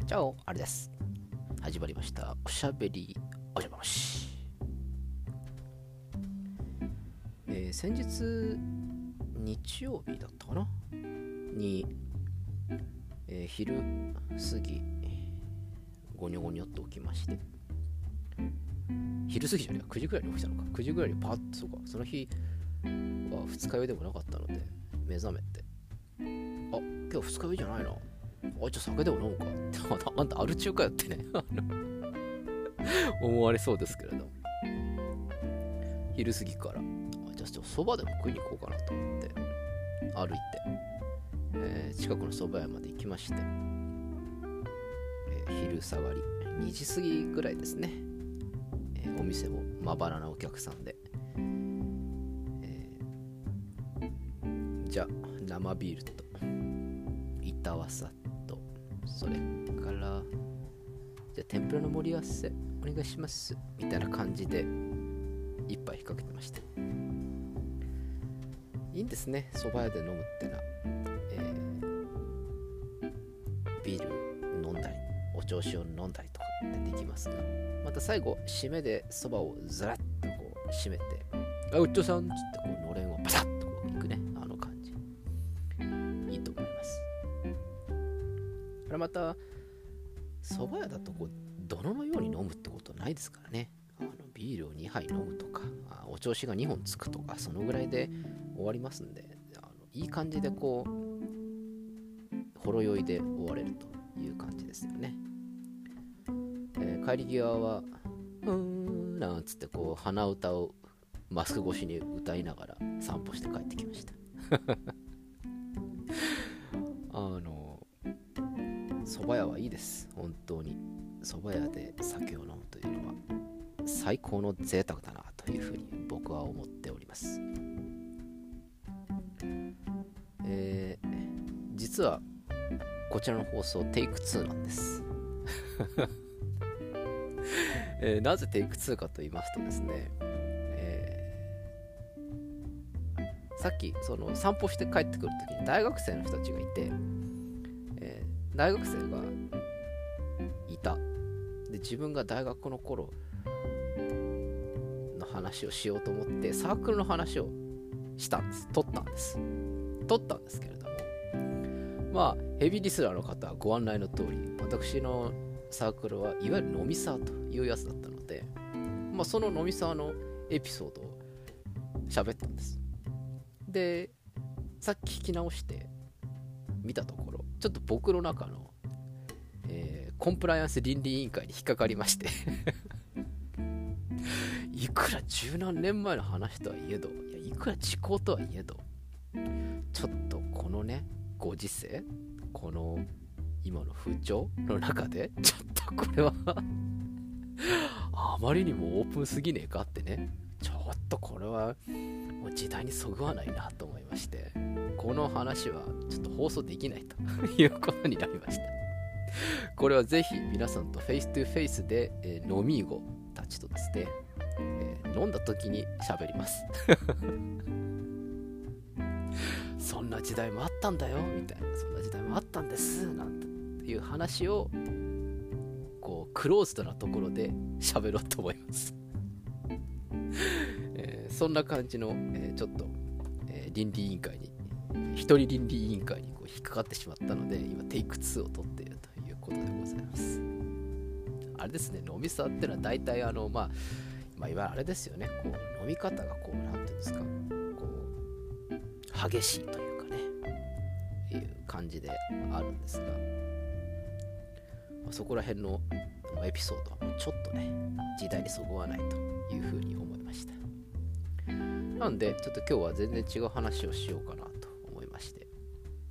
チャオ、あれです。始まりました。おしゃべりおじゃまし。先日、日曜日だったかなに、昼過ぎ、ゴニョゴニョっと起きまして、昼過ぎじゃねえか、9時ぐらいに起きたのか。9時ぐらいにパッと、そうか、その日は二日酔いでもなかったので、目覚めて、あ、今日二日酔いじゃないな。酒でも飲むかってあんたアル中かよってね思われそうですけれども、昼過ぎからじゃあそばでも食いに行こうかなと思って歩いて、近くのそば屋まで行きまして、昼下がり2時過ぎぐらいですね、お店もまばらなお客さんで、じゃあ生ビールと板わさと、それからじゃあ天ぷらの盛り合わせお願いしますみたいな感じで一杯かけてました。いいんですね、蕎麦屋で飲むってのは、ビール飲んだりお調子を飲んだりとかってできますが、また最後締めで蕎麦をずらっとこう締めて、あ、うっちょさんっつってこうのれんをバサッとこういくね、あの感じいいと思います。これまた蕎麦屋だとこう泥のように飲むってことはないですからね。ビールを2杯飲むとか、お調子が2本つくとか、そのぐらいで終わりますんで、いい感じでこうほろ酔いで終われるという感じですよね。帰り際はなんつってこう鼻歌をマスク越しに歌いながら散歩して帰ってきました蕎麦屋はいいです。本当に蕎麦屋で酒を飲むというのは最高の贅沢だなというふうに僕は思っております。実はこちらの放送テイク2なんですなぜテイク2かと言いますとですね、さっきその散歩して帰ってくるときに大学生の人たちがいて、大学生がいた。で、自分が大学の頃の話をしようと思ってサークルの話をしたんです。取ったんですけれども、まあヘビーリスナーの方はご案内の通り、私のサークルはいわゆる飲みサーというやつだったので、まあ、その飲みサーのエピソードを喋ったんです。で、さっき聞き直して見たところ、ちょっと僕の中の、コンプライアンス倫理委員会に引っかかりましていくら十何年前の話とはいえど、いくら時効とはいえど、ちょっとこのねご時世、この今の風潮の中でちょっとこれはあまりにもオープンすぎねえかってね、ちょっとこれはもう時代にそぐわないなと思いまして、この話はちょっと放送できないということになりました。これはぜひ皆さんとフェイストゥフェイスで、飲み子たちとですね、飲んだ時に喋りますそんな時代もあったんだよみたいな、そんな時代もあったんですなんていう話をこうクローズドなところで喋ろうと思いますそんな感じの、ちょっと、倫理委員会に一人倫理委員会にこう引っかかってしまったので、今テイク2を取っているということでございます。あれですね、飲みサーってのは大体まあいわゆるあれですよね、こう飲み方がこうなんていうんですか、こう激しいというかね、いう感じであるんですが、そこら辺のエピソードはちょっとね時代にそぐわないというふうに思いました。なんでちょっと今日は全然違う話をしようかなと思いまして、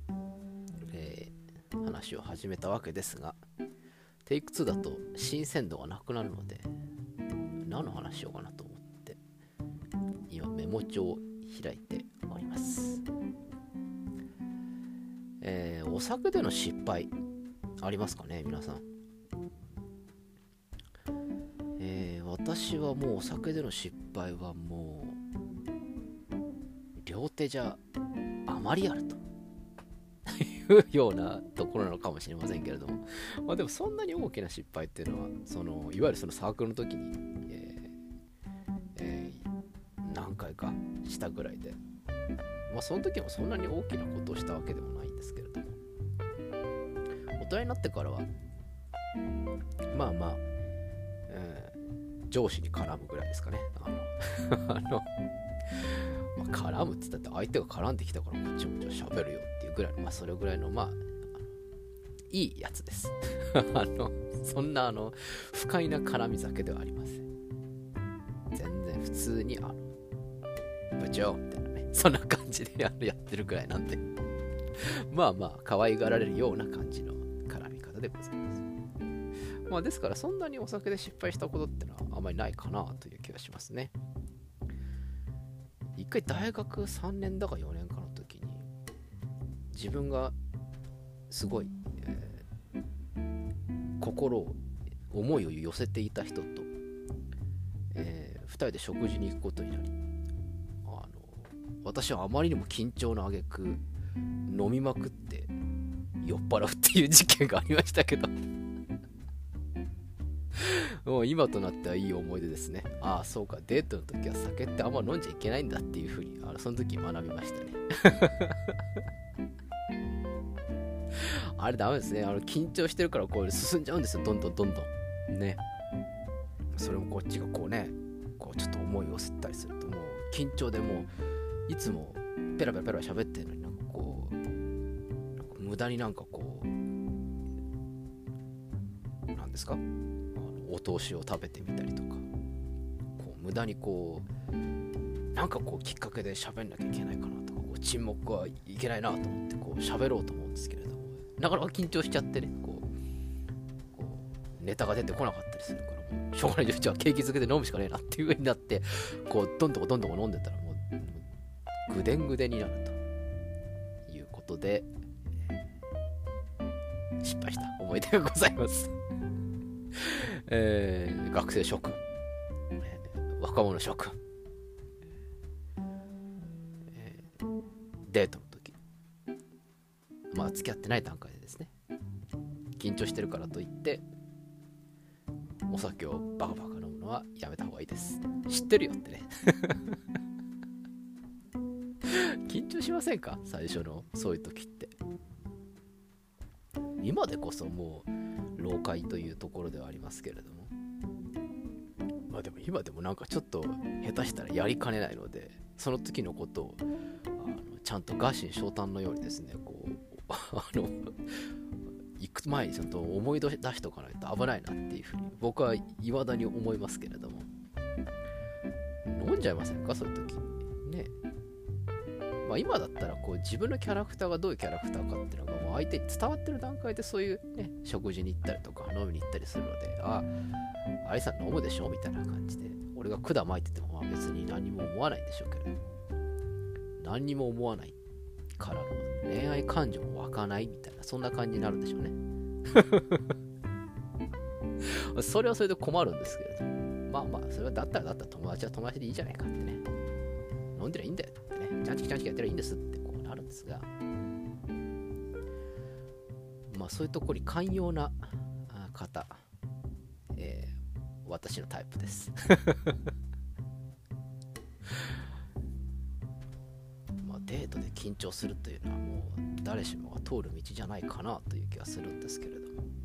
話を始めたわけですが、テイク2だと新鮮度がなくなるので何の話しようかなと思って今メモ帳を開いております。お酒での失敗ありますかね皆さん。私はもうお酒での失敗はもう両手じゃあまりあるといういうようなところなのかもしれませんけれども、まあでもそんなに大きな失敗っていうのは、いわゆるそのサークルの時に、何回かしたぐらいで、まあその時もそんなに大きなことをしたわけでもないんですけれども、大人になってからはまあまあ、上司に絡むぐらいですかね。まあ、絡むって言ったって相手が絡んできたからこっちもじゃあ喋るよっていうぐらいの、まあそれぐらいのまあいいやつですそんな不快な絡み酒ではありません。全然普通に部長みたいなね、そんな感じでやってるぐらいなんでまあまあ可愛がられるような感じの絡み方でございます。まあですからそんなにお酒で失敗したことってのはあまりないかなという気がしますね。一回大学3年だか4年かの時に自分がすごい、思いを寄せていた人と、2人で食事に行くことになり、私はあまりにも緊張の挙句飲みまくって酔っ払うっていう事件がありましたけどもう今となってはいい思い出ですね。ああそうか、デートの時は酒ってあんま飲んじゃいけないんだっていうふうにその時学びましたねあれダメですね。緊張してるからこう進んじゃうんですよ、どんどんね。それもこっちがこうね、こうちょっと思いを寄せたりすると、もう緊張でもういつもペラペラ喋ってるのになんか無駄になんかなんですか、お通しを食べてみたりとか、無駄になんかきっかけで喋んなきゃいけないかなとか、沈黙はいけないなと思って喋ろうと思うんですけれども、なかなか緊張しちゃってね、ネタが出てこなかったりするから、もうしょうがないじゃあ景気づけで飲むしかねえなっていう風になって、どんどん飲んでたらもうぐでんぐでんになるということで、失敗した思い出がございます学生諸君、若者諸君、デートの時、まあ付き合ってない段階でですね、緊張してるからといってお酒をバカバカ飲むのはやめた方がいいです。知ってるよってね緊張しませんか、最初のそういう時って。今でこそもう老快というところではありますけれども、まあでも今でもなんかちょっと下手したらやりかねないので、その時のことをちゃんと臥薪嘗胆のようにですね、行く前にちゃんと思い出しておかないと危ないなっていうふうに僕は未だに思いますけれども、飲んじゃいませんか、そういう時ね。まあ今だったら自分のキャラクターがどういうキャラクターかっていうのがもう相手に伝わってる段階で、そういうね、食事に行ったりとか飲みに行ったりするので、アリさん飲むでしょみたいな感じで、俺が管巻いててもまあ別に何も思わないんでしょうけれども、何にも思わないからの恋愛感情も湧かないみたいな、そんな感じになるんでしょうねそれはそれで困るんですけれども、まあまあそれはだったら友達は友達でいいじゃないかってね、飲んでりゃいいんだよってね、ちゃんちきやってりゃいいんですってなるんですが、まあそういうところに寛容な方、私のタイプですデートで緊張するというのはもう誰しもが通る道じゃないかなという気がするんですけれど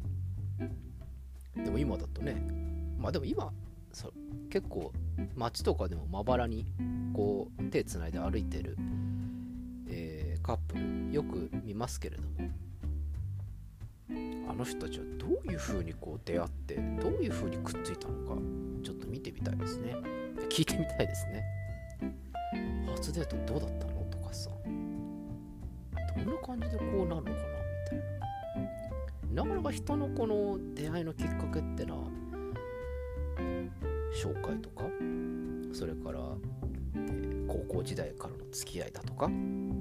も、でも今だとね、まあでも今結構街とかでもまばらに手つないで歩いてる、カップルよく見ますけれども、あの人たちはどういう風に出会ってどういう風にくっついたのか、ちょっと見てみたいですね。聞いてみたいですね。初デートどうだったのとかさ、どんな感じでなるのかなみたいな。なかなか人のこの出会いのきっかけってのは紹介とか、それから、高校時代からの付き合いだとか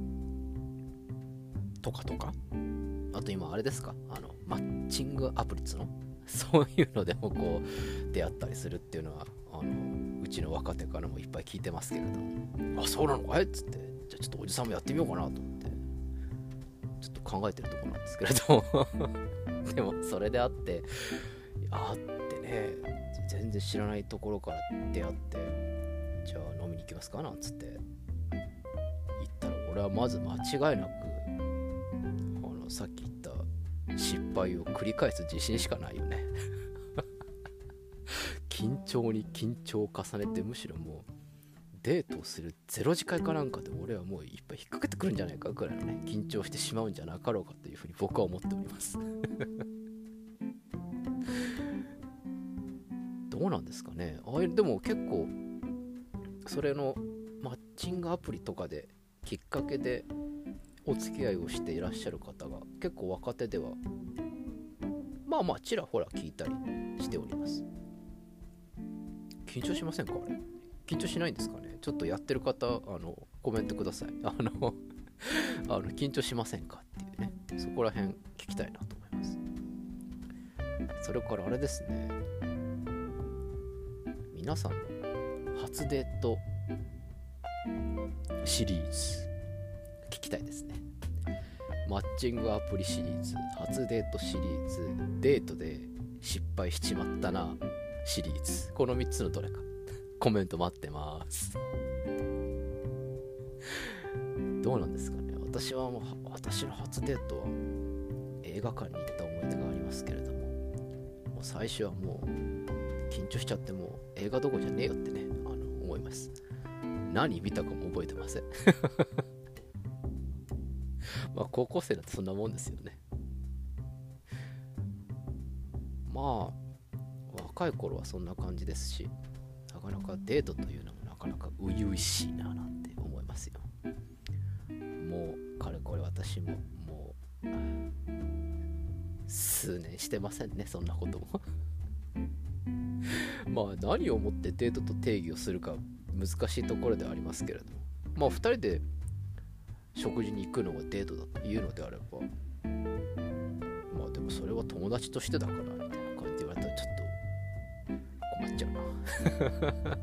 あと今あれですか、マッチングアプリのそういうのでも出会ったりするっていうのはうちの若手からもいっぱい聞いてますけれども、あ、そうなのかいっつって、じゃあちょっとおじさんもやってみようかなと思って、ちょっと考えてるところなんですけれどでもそれであって会ってね、全然知らないところから出会って、じゃあ飲みに行きますかなんつって言ったら、俺はまず間違いなくさっき言った失敗を繰り返す自信しかないよね緊張に緊張を重ねて、むしろもうデートをする0次会かなんかで俺はもういっぱい引っ掛けてくるんじゃないかぐらいのね、緊張してしまうんじゃなかろうかというふうに僕は思っておりますどうなんですかね。でも結構それのマッチングアプリとかできっかけでお付き合いをしていらっしゃる方が結構若手ではまあちらほら聞いたりしております。緊張しませんか？あれ緊張しないんですかね。ちょっとやってる方コメントください。緊張しませんかっていうね、そこら辺聞きたいなと思います。それからあれですね、皆さんの初デートシリーズ聞きたいですね。マッチングアプリシリーズ、初デートシリーズ、デートで失敗しちまったなシリーズ、この3つのどれかコメント待ってます。どうなんですかね。私は私の初デートは映画館に行った思い出がありますけれども、もう最初はもう緊張しちゃって、もう映画どころじゃねえよってね、思います。何見たかも覚えてません高校生だってそんなもんですよね。若い頃はそんな感じですし、なかなかデートというのもなかなか初々しいななんて思いますよ。もうかれこれ私ももう数年してませんね、そんなことも何をもってデートと定義をするか難しいところではありますけれども、2人で食事に行くのがデートだというのであれば、でもそれは友達としてだからみたいな感じで言われたらちょっと困っちゃうな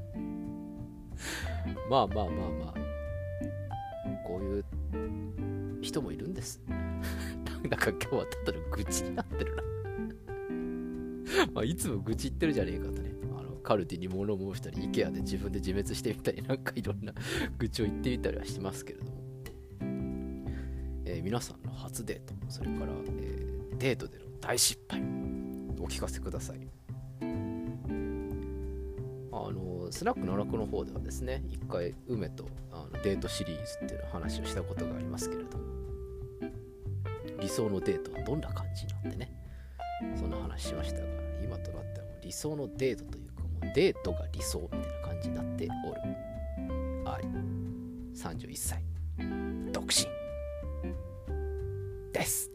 こういう人もいるんですなんか今日はただの愚痴になってるないつも愚痴言ってるじゃねえかとね、カルディに物申したり IKEA で自分で自滅してみたり、なんかいろんな愚痴を言ってみたりはしますけれども、皆さんの初デート、それから、デートでの大失敗お聞かせください。スナックの楽の方ではですね、一回梅とデートシリーズっていうの話をしたことがありますけれども、理想のデートはどんな感じなんてね、そんな話しましたが、今となってはもう理想のデートというか、もうデートが理想みたいな感じになっておるあり31歳独身です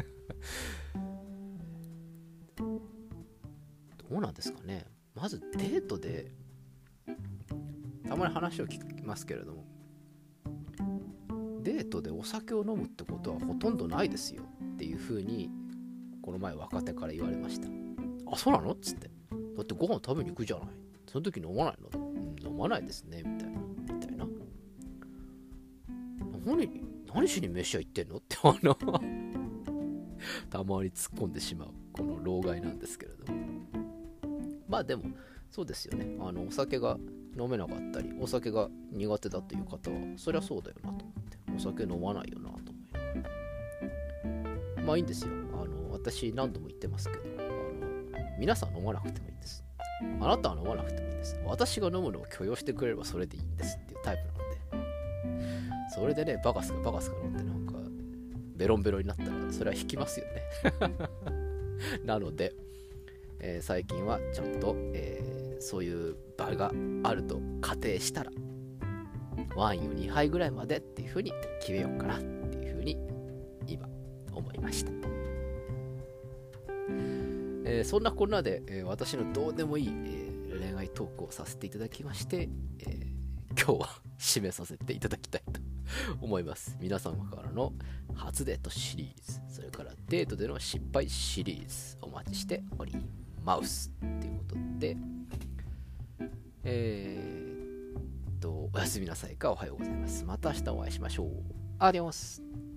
どうなんですかね。まずデートでたまに話を聞きますけれども、デートでお酒を飲むってことはほとんどないですよっていう風にこの前若手から言われました。あ、そうなのっつって、だってご飯食べに行くじゃない、その時飲まないの、飲まないですねみたいな何しに飯屋行ってんのってたまに突っ込んでしまうこの老害なんですけれども、でもそうですよね。お酒が飲めなかったりお酒が苦手だという方はそりゃそうだよなと思って、お酒飲まないよなと思いながら、いいんですよ。私何度も言ってますけど、皆さん飲まなくてもいいんです。あなたは飲まなくてもいいんです。私が飲むのを許容してくれればそれでいいんですっていうタイプなので、それでねバカスカ飲んでなんかベロンベロンになったらそれは引きますよねなので、最近はちゃんと、そういう場があると仮定したらワインを2杯ぐらいまでっていう風に決めようかなっていう風に今思いました。そんなこんなで、私のどうでもいい、恋愛トークをさせていただきまして、今日は締めさせていただきたいと思います。皆様からの初デートシリーズ、それからデートでの失敗シリーズお待ちしておりますということで、おやすみなさいかおはようございます。また明日お会いしましょう。アディオス。